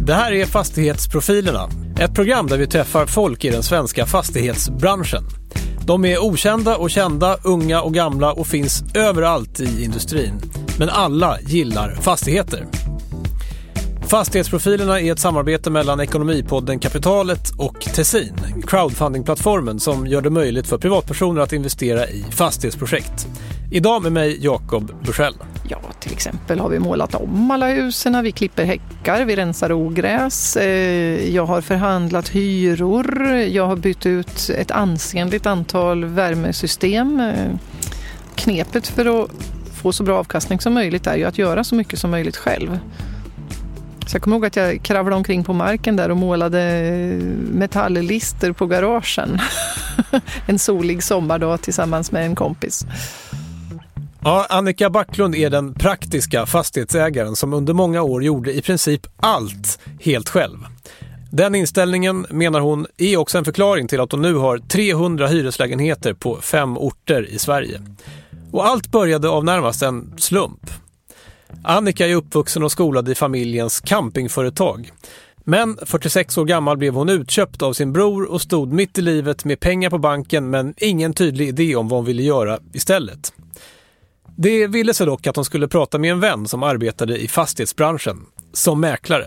Det här är Fastighetsprofilerna, ett program där vi träffar folk i den svenska fastighetsbranschen. De är okända och kända, unga och gamla och finns överallt i industrin. Men alla gillar fastigheter. Fastighetsprofilerna är ett samarbete mellan Ekonomipodden Kapitalet och Tessin, crowdfundingplattformen som gör det möjligt för privatpersoner att investera i fastighetsprojekt. Idag med mig Jakob Bursell. Ja, till exempel har vi målat om alla husen, vi klipper häckar, vi rensar ogräs, jag har förhandlat hyror, jag har bytt ut ett ansenligt antal värmesystem. Knepet för att få så bra avkastning som möjligt är ju att göra så mycket som möjligt själv. Så jag kommer ihåg att jag kravlade omkring på marken där och målade metalllister på garagen. En solig sommardag tillsammans med en kompis. Ja, Annika Backlund är den praktiska fastighetsägaren som under många år gjorde i princip allt helt själv. Den inställningen, menar hon, är också en förklaring till att hon nu har 300 hyreslägenheter på 5 orter i Sverige. Och allt började av närmast en slump. Annika är uppvuxen och skolad i familjens campingföretag. Men 46 år gammal blev hon utköpt av sin bror och stod mitt i livet med pengar på banken men ingen tydlig idé om vad hon ville göra istället. Det ville sig dock att hon skulle prata med en vän som arbetade i fastighetsbranschen som mäklare.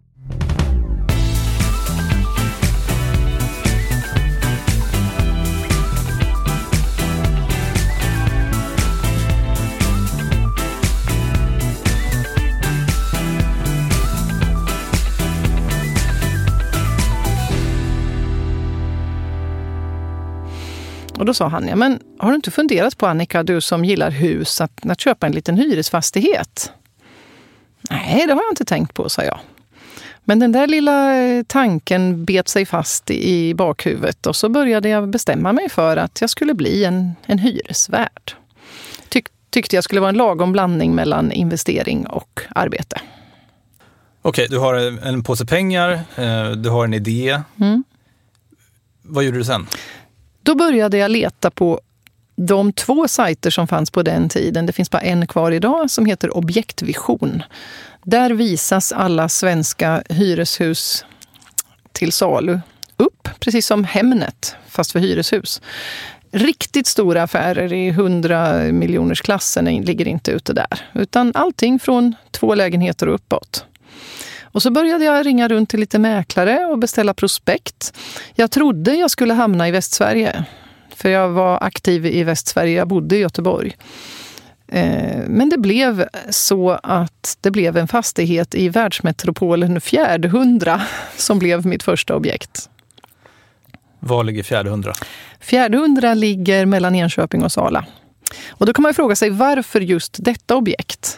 Och då sa han, ja men har du inte funderat på, Annika, du som gillar hus, att köpa en liten hyresfastighet? Nej, det har jag inte tänkt på, sa jag. Men den där lilla tanken bet sig fast i bakhuvudet och så började jag bestämma mig för att jag skulle bli en hyresvärd. Tyckte jag skulle vara en lagom blandning mellan investering och arbete. Okej, du har en påse pengar, du har en idé. Vad gjorde du sen? Då började jag leta på de 2 sajter som fanns på den tiden. Det finns bara en kvar idag som heter Objektvision. Där visas alla svenska hyreshus till salu upp, precis som Hemnet, fast för hyreshus. Riktigt stora affärer i 100 miljoners klassen ligger inte ute där, utan allting från 2 lägenheter och uppåt. Och så började jag ringa runt till lite mäklare och beställa prospekt. Jag trodde jag skulle hamna i Västsverige. För jag var aktiv i Västsverige, jag bodde i Göteborg. Men det blev så att det blev en fastighet i världsmetropolen Fjärdhundra som blev mitt första objekt. Var ligger Fjärdhundra? Fjärdhundra ligger mellan Enköping och Sala. Och då kan man ju fråga sig varför just detta objekt.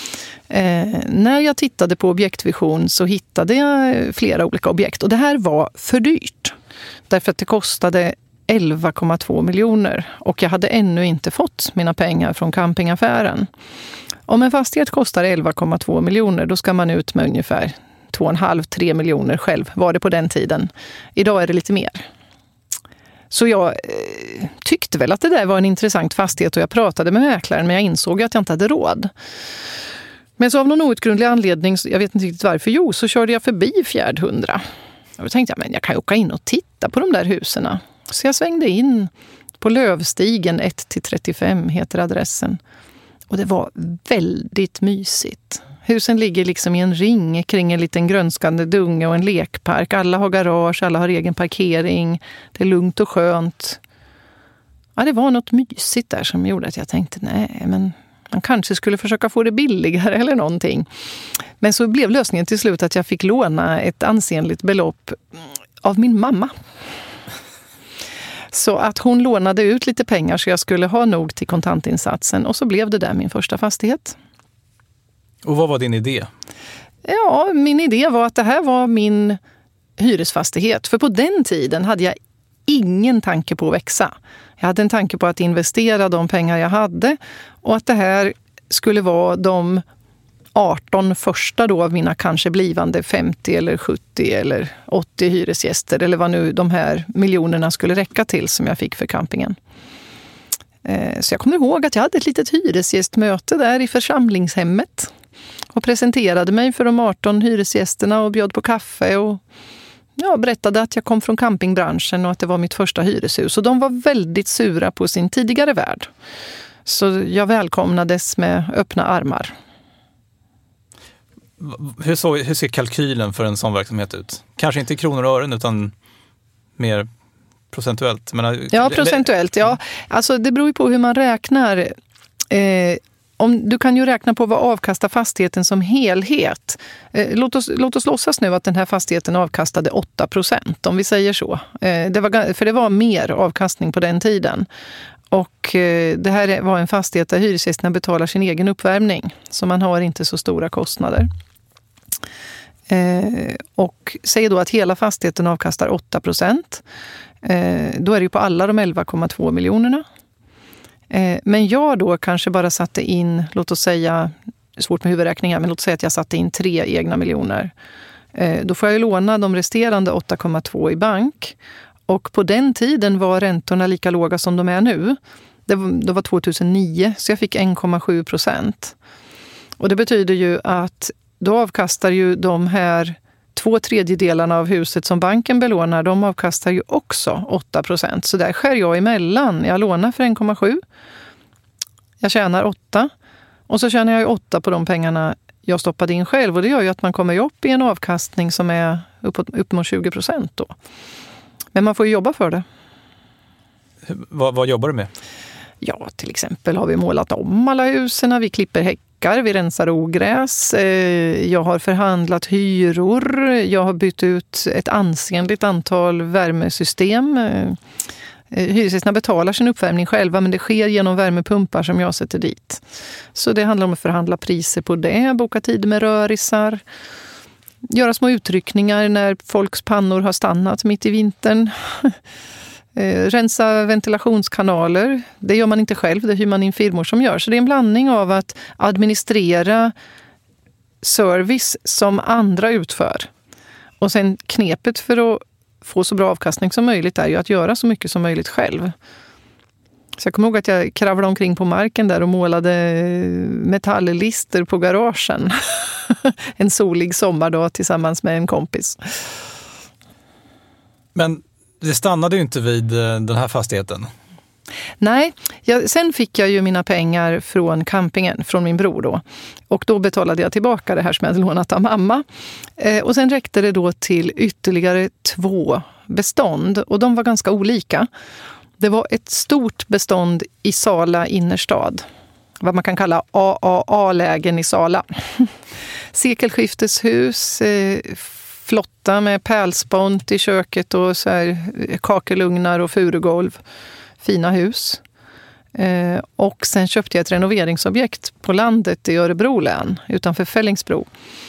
När jag tittade på Objektvision så hittade jag flera olika objekt. Och det här var för dyrt. Därför att det kostade 11,2 miljoner. Och jag hade ännu inte fått mina pengar från campingaffären. Om en fastighet kostar 11,2 miljoner då ska man ut med ungefär 2,5-3 miljoner själv. Var det på den tiden. Idag är det lite mer. Så jag tyckte väl att det där var en intressant fastighet och jag pratade med mäklaren men jag insåg att jag inte hade råd. Men så av någon outgrundlig anledning, jag vet inte riktigt varför, så körde jag förbi Fjärdhundra. Och då tänkte jag, men jag kan ju åka in och titta på de där huserna. Så jag svängde in på Lövstigen 1-35 heter adressen. Och det var väldigt mysigt. Husen ligger liksom i en ring kring en liten grönskande dunge och en lekpark. Alla har garage, alla har egen parkering. Det är lugnt och skönt. Ja, det var något mysigt där som gjorde att jag tänkte, nej men man kanske skulle försöka få det billigare eller någonting. Men så blev lösningen till slut att jag fick låna ett ansenligt belopp av min mamma. Så att hon lånade ut lite pengar så jag skulle ha nog till kontantinsatsen. Och så blev det där min första fastighet. Och vad var din idé? Ja, min idé var att det här var min hyresfastighet. För på den tiden hade jag ingen tanke på att växa. Jag hade en tanke på att investera de pengar jag hade och att det här skulle vara de 18 första då av mina kanske blivande 50 eller 70 eller 80 hyresgäster eller vad nu de här miljonerna skulle räcka till som jag fick för campingen. Så jag kommer ihåg att jag hade ett litet hyresgästmöte där i församlingshemmet. och presenterade mig för de 18 hyresgästerna och bjöd på kaffe och berättade att jag kom från campingbranschen och att det var mitt första hyreshus. Och de var väldigt sura på sin tidigare värld. Så jag välkomnades med öppna armar. Hur ser kalkylen för en sån verksamhet ut? Kanske inte i kronor och ören utan mer procentuellt. Ja, procentuellt. Ja. Alltså, det beror ju på hur man räknar. Du kan ju räkna på vad avkastar fastigheten som helhet. Låt oss låtsas nu att den här fastigheten avkastade 8%, om vi säger så. För det var mer avkastning på den tiden. Och det här var en fastighet där hyresgästerna betalar sin egen uppvärmning. Så man har inte så stora kostnader. Och säg då att hela fastigheten avkastar 8%. Då är det ju på alla de 11,2 miljonerna. Men jag då kanske bara satte in, låt oss säga, svårt med huvudräkningar, men låt säga att jag satte in 3 egna miljoner. Då får jag ju låna de resterande 8,2 i bank. Och på den tiden var räntorna lika låga som de är nu. Det var 2009, så jag fick 1,7%. Och det betyder ju att då avkastar ju de här 2/3 av huset som banken belånar, de avkastar ju också 8%. Så där skär jag emellan. Jag lånar för 1,7. Jag tjänar 8. Och så tjänar jag ju 8 på de pengarna jag stoppade in själv. Och det gör ju att man kommer upp i en avkastning som är upp mot 20% då. Men man får ju jobba för det. Vad jobbar du med? Ja, till exempel har vi målat om alla husen, vi klipper häckar, vi rensar ogräs. Jag har förhandlat hyror, jag har bytt ut ett ansenligt antal värmesystem. Hyresgästerna betalar sin uppvärmning själva, men det sker genom värmepumpar som jag sätter dit. Så det handlar om att förhandla priser på det, boka tid med rörisar, göra små utryckningar när folks pannor har stannat mitt i vintern. Rensa ventilationskanaler. Det gör man inte själv, det hyr man in firmor som gör. Så det är en blandning av att administrera service som andra utför. Och sen knepet för att få så bra avkastning som möjligt är ju att göra så mycket som möjligt själv. Så jag kommer ihåg att jag kravlade omkring på marken där och målade metalllister på garagen. En solig sommardag tillsammans med en kompis. Men det stannade ju inte vid den här fastigheten. Nej, sen fick jag ju mina pengar från campingen, från min bror då. Och då betalade jag tillbaka det här som jag hade lånat av mamma. Och sen räckte det då till ytterligare 2 bestånd. Och de var ganska olika. Det var ett stort bestånd i Sala innerstad. Vad man kan kalla AAA-lägen i Sala. Sekelskifteshus, flotta med pärlspont i köket och så här kakelugnar och furugolv. Fina hus. Och sen köpte jag ett renoveringsobjekt på landet i Örebro län, utanför Fällingsbro.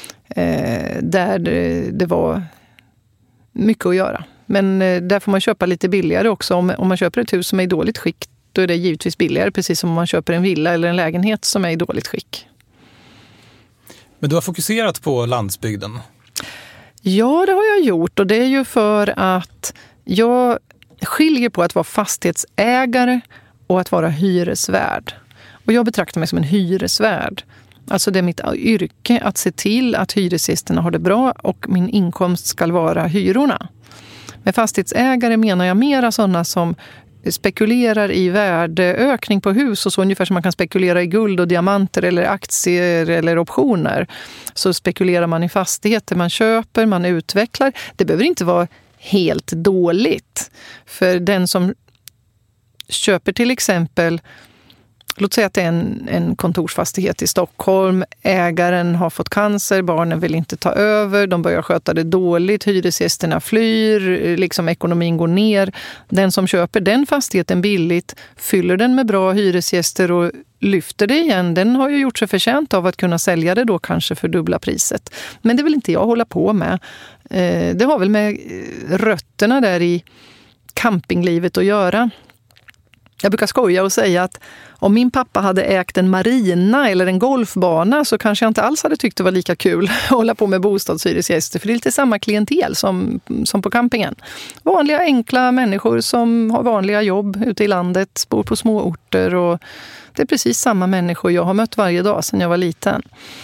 Där det var mycket att göra. Men där får man köpa lite billigare också. Om man köper ett hus som är i dåligt skick, då är det givetvis billigare, precis som om man köper en villa eller en lägenhet som är i dåligt skick. Men du har fokuserat på landsbygden? Ja, det har jag gjort, och det är ju för att jag skiljer på att vara fastighetsägare och att vara hyresvärd. Och jag betraktar mig som en hyresvärd. Alltså det är mitt yrke att se till att hyresgästerna har det bra och min inkomst ska vara hyrorna. Med fastighetsägare menar jag mera sådana som spekulerar i värdeökning på hus, och så ungefär som man kan spekulera i guld och diamanter eller aktier eller optioner. Så spekulerar man i fastigheter, man köper, man utvecklar. Det behöver inte vara helt dåligt. För den som köper till exempel, låt säga att det är en kontorsfastighet i Stockholm, ägaren har fått cancer, barnen vill inte ta över, de börjar sköta det dåligt, hyresgästerna flyr, liksom ekonomin går ner. Den som köper den fastigheten billigt, fyller den med bra hyresgäster och lyfter det igen, den har ju gjort sig förtjänt av att kunna sälja det då kanske för dubbla priset. Men det vill inte jag hålla på med. Det har väl med rötterna där i campinglivet att göra. Jag brukar skoja och säga att om min pappa hade ägt en marina eller en golfbana så kanske jag inte alls hade tyckt det var lika kul att hålla på med bostadshyresgäster. För det är lite samma klientel som på campingen. Vanliga enkla människor som har vanliga jobb ute i landet, bor på små orter, och det är precis samma människor jag har mött varje dag sedan jag var liten.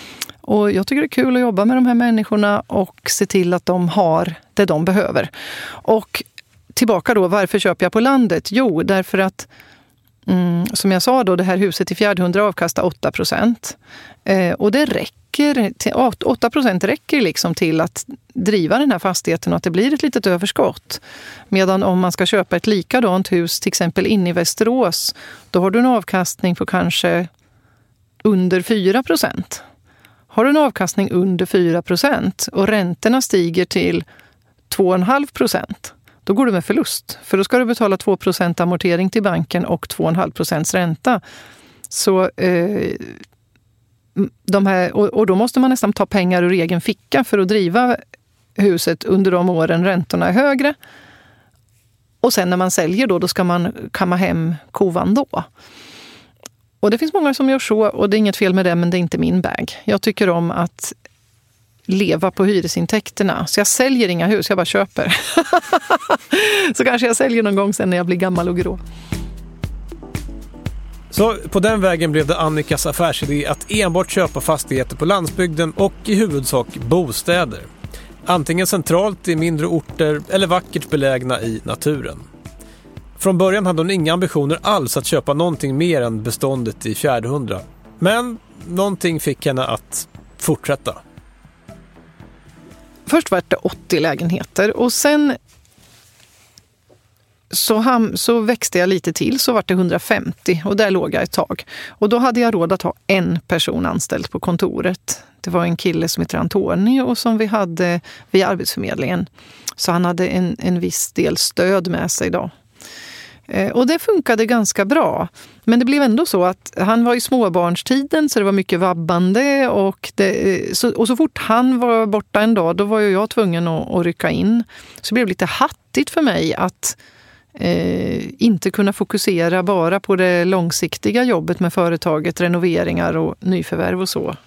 Och jag tycker det är kul att jobba med de här människorna och se till att de har det de behöver. Och tillbaka då, varför köper jag på landet? Jo, därför att som jag sa då, det här huset i Fjärdhundra avkastar 8%. Och det räcker, 8% räcker liksom till att driva den här fastigheten och att det blir ett litet överskott. Medan om man ska köpa ett likadant hus, till exempel inne i Västerås, då har du en avkastning på kanske under 4%. Har du en avkastning under 4% och räntorna stiger till 2,5%, då går du med förlust. För då ska du betala 2% amortering till banken och 2,5% ränta. Så och då måste man nästan ta pengar ur egen ficka för att driva huset under de åren räntorna är högre. Och sen när man säljer då ska man kamma hem kovan då. Och det finns många som gör så, och det är inget fel med det, men det är inte min bag. Jag tycker om att leva på hyresintäkterna. Så jag säljer inga hus, jag bara köper. Så kanske jag säljer någon gång sen när jag blir gammal och grå. Så på den vägen blev det Annikas affärsidé att enbart köpa fastigheter på landsbygden och i huvudsak bostäder. Antingen centralt i mindre orter eller vackert belägna i naturen. Från början hade hon inga ambitioner alls att köpa någonting mer än beståndet i Fjärdhundra. Men någonting fick henne att fortsätta. Först var det 80 lägenheter och sen så växte jag lite till, så var det 150 och där låg jag ett tag. Och då hade jag råd att ha en person anställd på kontoret. Det var en kille som heter Antoni och som vi hade vid Arbetsförmedlingen. Så han hade en viss del stöd med sig då. Och det funkade ganska bra. Men det blev ändå så att han var i småbarnstiden så det var mycket vabbande och så fort han var borta en dag då var ju jag tvungen att rycka in. Så det blev lite hattigt för mig att inte kunna fokusera bara på det långsiktiga jobbet med företaget, renoveringar och nyförvärv och så.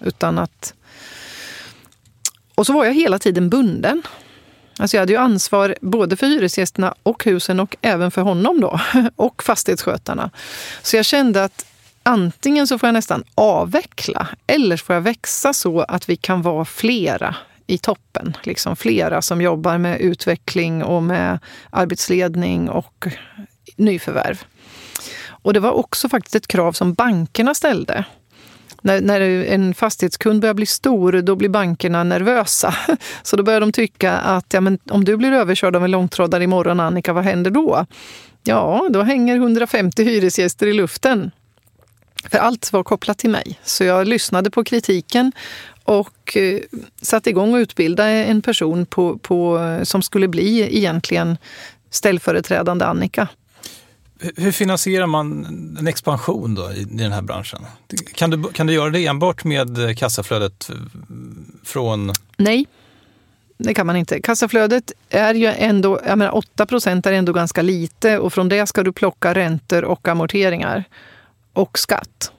Och så var jag hela tiden bunden. Alltså jag hade ju ansvar både för hyresgästerna och husen och även för honom då. Och fastighetsskötarna. Så jag kände att antingen så får jag nästan avveckla eller så får jag växa så att vi kan vara flera i toppen. Liksom flera som jobbar med utveckling och med arbetsledning och nyförvärv. Och det var också faktiskt ett krav som bankerna ställde. När en fastighetskund börjar bli stor, då blir bankerna nervösa. Så då börjar de tycka att men om du blir överkörd av en långtradare imorgon, Annika, vad händer då? Ja, då hänger 150 hyresgäster i luften. För allt var kopplat till mig. Så jag lyssnade på kritiken och satte igång och utbildade en person som skulle bli egentligen ställföreträdande Annika. Hur finansierar man en expansion då i den här branschen? Kan du göra det enbart med kassaflödet från... Nej, det kan man inte. Kassaflödet är ju ändå, 8% är ändå ganska lite och från det ska du plocka räntor och amorteringar och skatt.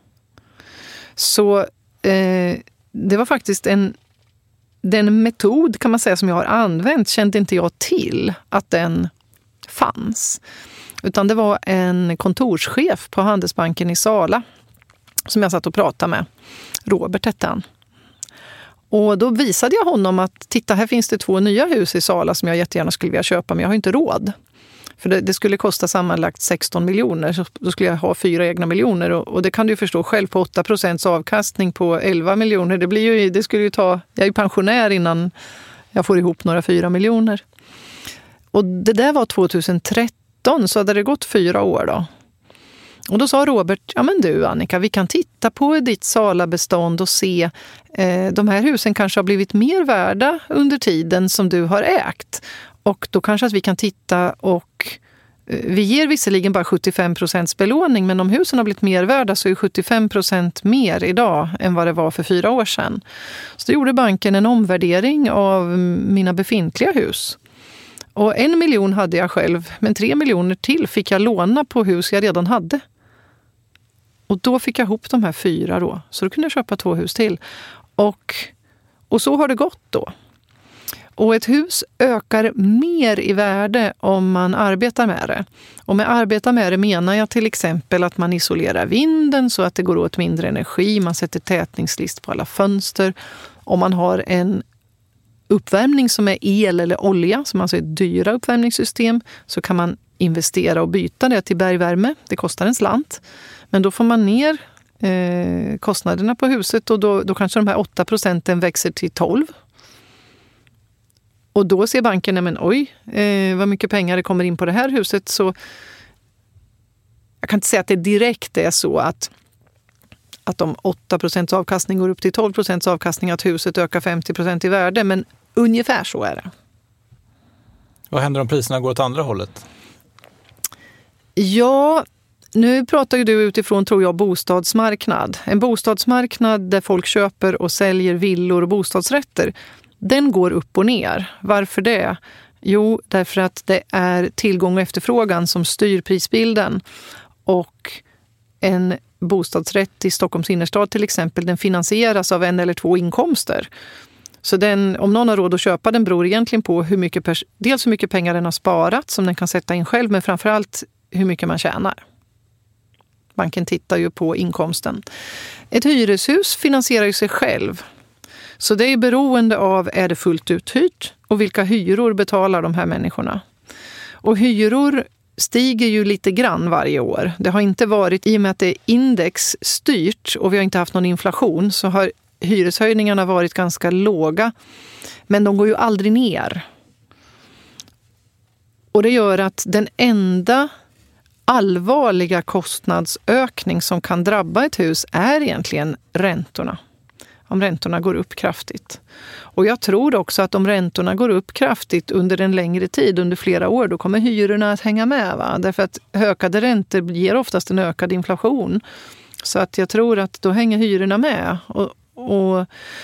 Så det var faktiskt den metod kan man säga som jag har använt kände inte jag till att den fanns. Utan det var en kontorschef på Handelsbanken i Sala som jag satt och pratade med. Robert hette han. Och då visade jag honom att titta, här finns det 2 nya hus i Sala som jag jättegärna skulle vilja köpa, men jag har inte råd. För det skulle kosta sammanlagt 16 miljoner, så då skulle jag ha 4 egna miljoner. Och det kan du ju förstå själv, på 8% avkastning på 11 miljoner. Det skulle ju ta, jag är ju pensionär innan jag får ihop några 4 miljoner. Och det där var 2013. Så hade det gått 4 år då. Och då sa Robert, ja men du Annika, vi kan titta på ditt Sala-bestånd och se de här husen kanske har blivit mer värda under tiden som du har ägt. Och då kanske att vi kan titta och vi ger visserligen bara 75% belåning, men om husen har blivit mer värda så är 75% mer idag än vad det var för 4 år sedan. Så då gjorde banken en omvärdering av mina befintliga hus. Och 1 miljon hade jag själv, men 3 miljoner till fick jag låna på hus jag redan hade. Och då fick jag ihop de här 4 då. Så då kunde jag köpa 2 hus till. Och så har det gått då. Och ett hus ökar mer i värde om man arbetar med det. Och med arbeta med det menar jag till exempel att man isolerar vinden så att det går åt mindre energi. Man sätter tätningslist på alla fönster. Om man har en uppvärmning som är el eller olja, som alltså är dyra uppvärmningssystem, så kan man investera och byta det till bergvärme. Det kostar en slant. Men då får man ner kostnaderna på huset och då kanske de här 8% växer till 12%. Och då ser banken, men oj, vad mycket pengar det kommer in på det här huset. Så jag kan inte säga att det direkt är så att om 8% avkastning går upp till 12% avkastning, att huset ökar 50% i värde. Men ungefär så är det. Vad händer om priserna går åt andra hållet? Ja, nu pratar ju du utifrån, tror jag, bostadsmarknad. En bostadsmarknad där folk köper och säljer villor och bostadsrätter, den går upp och ner. Varför det? Jo, därför att det är tillgång och efterfrågan som styr prisbilden. Och en bostadsrätt i Stockholms innerstad till exempel, den finansieras av 1 eller 2 inkomster. Så om någon har råd att köpa den beror egentligen på dels hur mycket pengar den har sparat som den kan sätta in själv, men framförallt hur mycket man tjänar. Banken tittar ju på inkomsten. Ett hyreshus finansierar ju sig själv. Så det är beroende av, är det fullt uthyrt och vilka hyror betalar de här människorna. Och hyror stiger ju lite grann varje år. Det har inte varit, i och med att det är indexstyrt och vi har inte haft någon inflation, så har hyreshöjningarna varit ganska låga. Men de går ju aldrig ner. Och det gör att den enda allvarliga kostnadsökning som kan drabba ett hus är egentligen räntorna. Om räntorna går upp kraftigt. Och jag tror också att om räntorna går upp kraftigt under en längre tid, under flera år, då kommer hyrorna att hänga med. Va? Därför att ökade räntor ger oftast en ökad inflation. Så att jag tror att då hänger hyrorna med. Och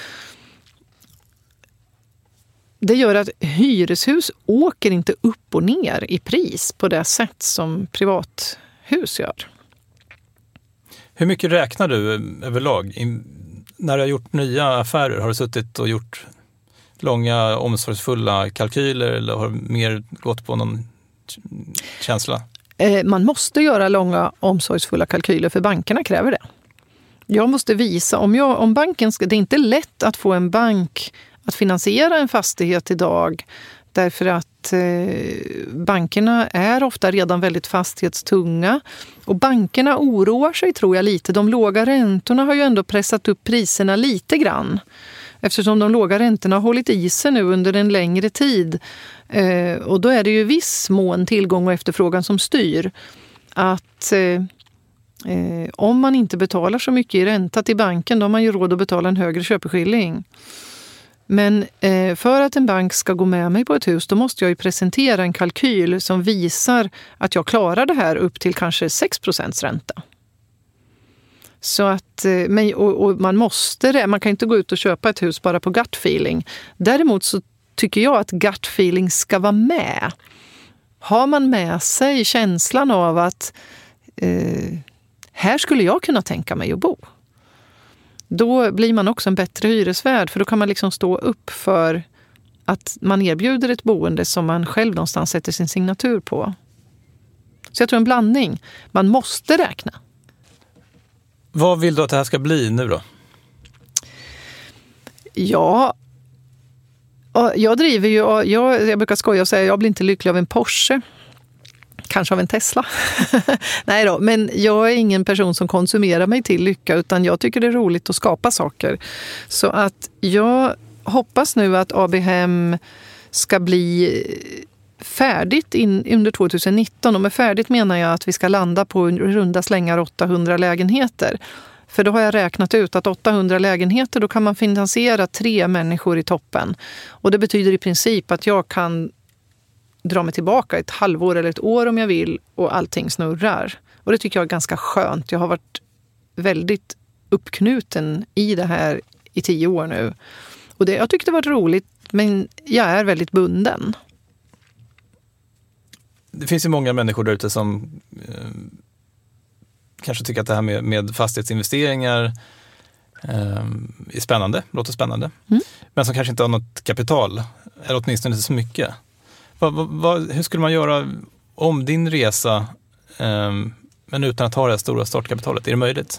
det gör att hyreshus åker inte upp och ner i pris på det sätt som privathus gör. Hur mycket räknar du överlag? När du har gjort nya affärer, har du suttit och gjort långa omsorgsfulla kalkyler eller har du mer gått på någon känsla? Man måste göra långa omsorgsfulla kalkyler för bankerna kräver det. Jag måste visa, om banken det är inte lätt att få en bank att finansiera en fastighet idag därför att bankerna är ofta redan väldigt fastighetstunga. Och bankerna oroar sig, tror jag, lite. De låga räntorna har ju ändå pressat upp priserna lite grann. Eftersom de låga räntorna har hållit i sig nu under en längre tid. Och då är det ju viss mån tillgång och efterfrågan som styr. Att om man inte betalar så mycket i ränta till banken, då har man ju råd att betala en högre köpeskilling. Men för att en bank ska gå med mig på ett hus, då måste jag ju presentera en kalkyl som visar att jag klarar det här upp till kanske 6% ränta. Så att, och man kan inte gå ut och köpa ett hus bara på gut feeling. Däremot så tycker jag att gut feeling ska vara med. Har man med sig känslan av att här skulle jag kunna tänka mig att bo. Då blir man också en bättre hyresvärd, för då kan man liksom stå upp för att man erbjuder ett boende som man själv någonstans sätter sin signatur på. Så jag tror en blandning. Man måste räkna. Vad vill du att det här ska bli nu då? Ja, jag driver ju, jag brukar skoja och säga jag blir inte lycklig av en Porsche. Kanske av en Tesla. Nej då, men jag är ingen person som konsumerar mig till lycka, utan jag tycker det är roligt att skapa saker. Så att jag hoppas nu att ABHEM ska bli färdigt under 2019. Och med färdigt menar jag att vi ska landa på runda slängar 800 lägenheter. För då har jag räknat ut att 800 lägenheter, då kan man finansiera 3 människor i toppen. Och det betyder i princip att jag kan dra mig tillbaka ett halvår eller ett år om jag vill och allting snurrar. Och det tycker jag är ganska skönt. Jag har varit väldigt uppknuten i det här i 10 år nu. Och jag tyckte det var roligt, men jag är väldigt bunden. Det finns ju många människor där ute som kanske tycker att det här med fastighetsinvesteringar är spännande, låter spännande. Men som kanske inte har något kapital, eller åtminstone inte så mycket. Hur skulle man göra om din resa men utan att ha det här stora startkapitalet? Är det möjligt?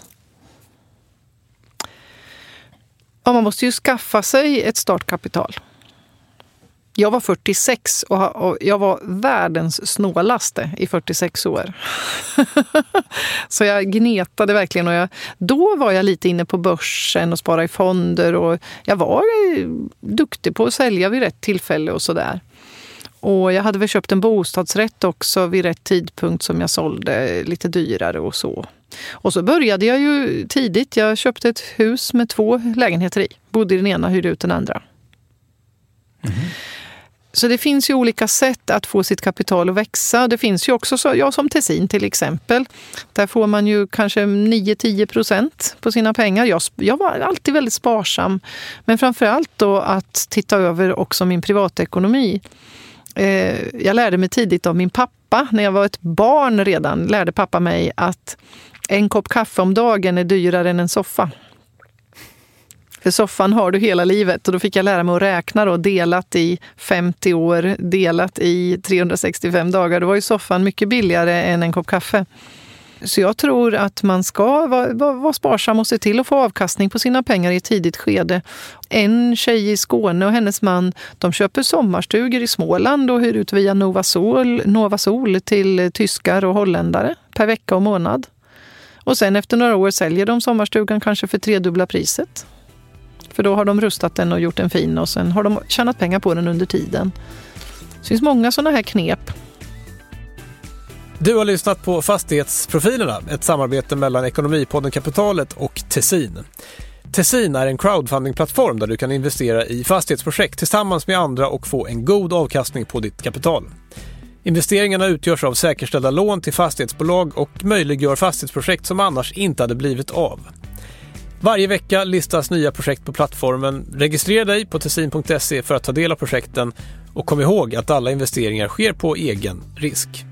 Ja, man måste ju skaffa sig ett startkapital. Jag var 46 och jag var världens snålaste i 46 år. Så jag gnetade verkligen. Och då var jag lite inne på börsen och spara i fonder. Och jag var duktig på att sälja vid rätt tillfälle och sådär. Och jag hade väl köpt en bostadsrätt också vid rätt tidpunkt som jag sålde lite dyrare och så. Och så började jag ju tidigt. Jag köpte ett hus med 2 lägenheter i. Bodde i den ena, hyrde ut den andra. Så det finns ju olika sätt att få sitt kapital att växa. Det finns ju också, som Tessin till exempel. Där får man ju kanske 9-10% på sina pengar. Jag var alltid väldigt sparsam. Men framförallt då att titta över också min privatekonomi. Jag lärde mig tidigt av min pappa. När jag var ett barn redan lärde pappa mig att en kopp kaffe om dagen är dyrare än en soffa. För soffan har du hela livet och då fick jag lära mig att räkna då, delat i 50 år, delat i 365 dagar. Då var ju soffan mycket billigare än en kopp kaffe. Så jag tror att man ska vara sparsam och se till att få avkastning på sina pengar i ett tidigt skede. En tjej i Skåne och hennes man, de köper sommarstugor i Småland och hyr ut via Nova Sol till tyskar och holländare per vecka och månad. Och sen efter några år säljer de sommarstugan kanske för 3-dubbla priset. För då har de rustat den och gjort den fin och sen har de tjänat pengar på den under tiden. Det finns många sådana här knep. Du har lyssnat på Fastighetsprofilerna, ett samarbete mellan Ekonomipodden Kapitalet och Tessin. Tessin är en crowdfundingplattform där du kan investera i fastighetsprojekt tillsammans med andra och få en god avkastning på ditt kapital. Investeringarna utgörs av säkerställda lån till fastighetsbolag och möjliggör fastighetsprojekt som annars inte hade blivit av. Varje vecka listas nya projekt på plattformen. Registrera dig på tessin.se för att ta del av projekten och kom ihåg att alla investeringar sker på egen risk.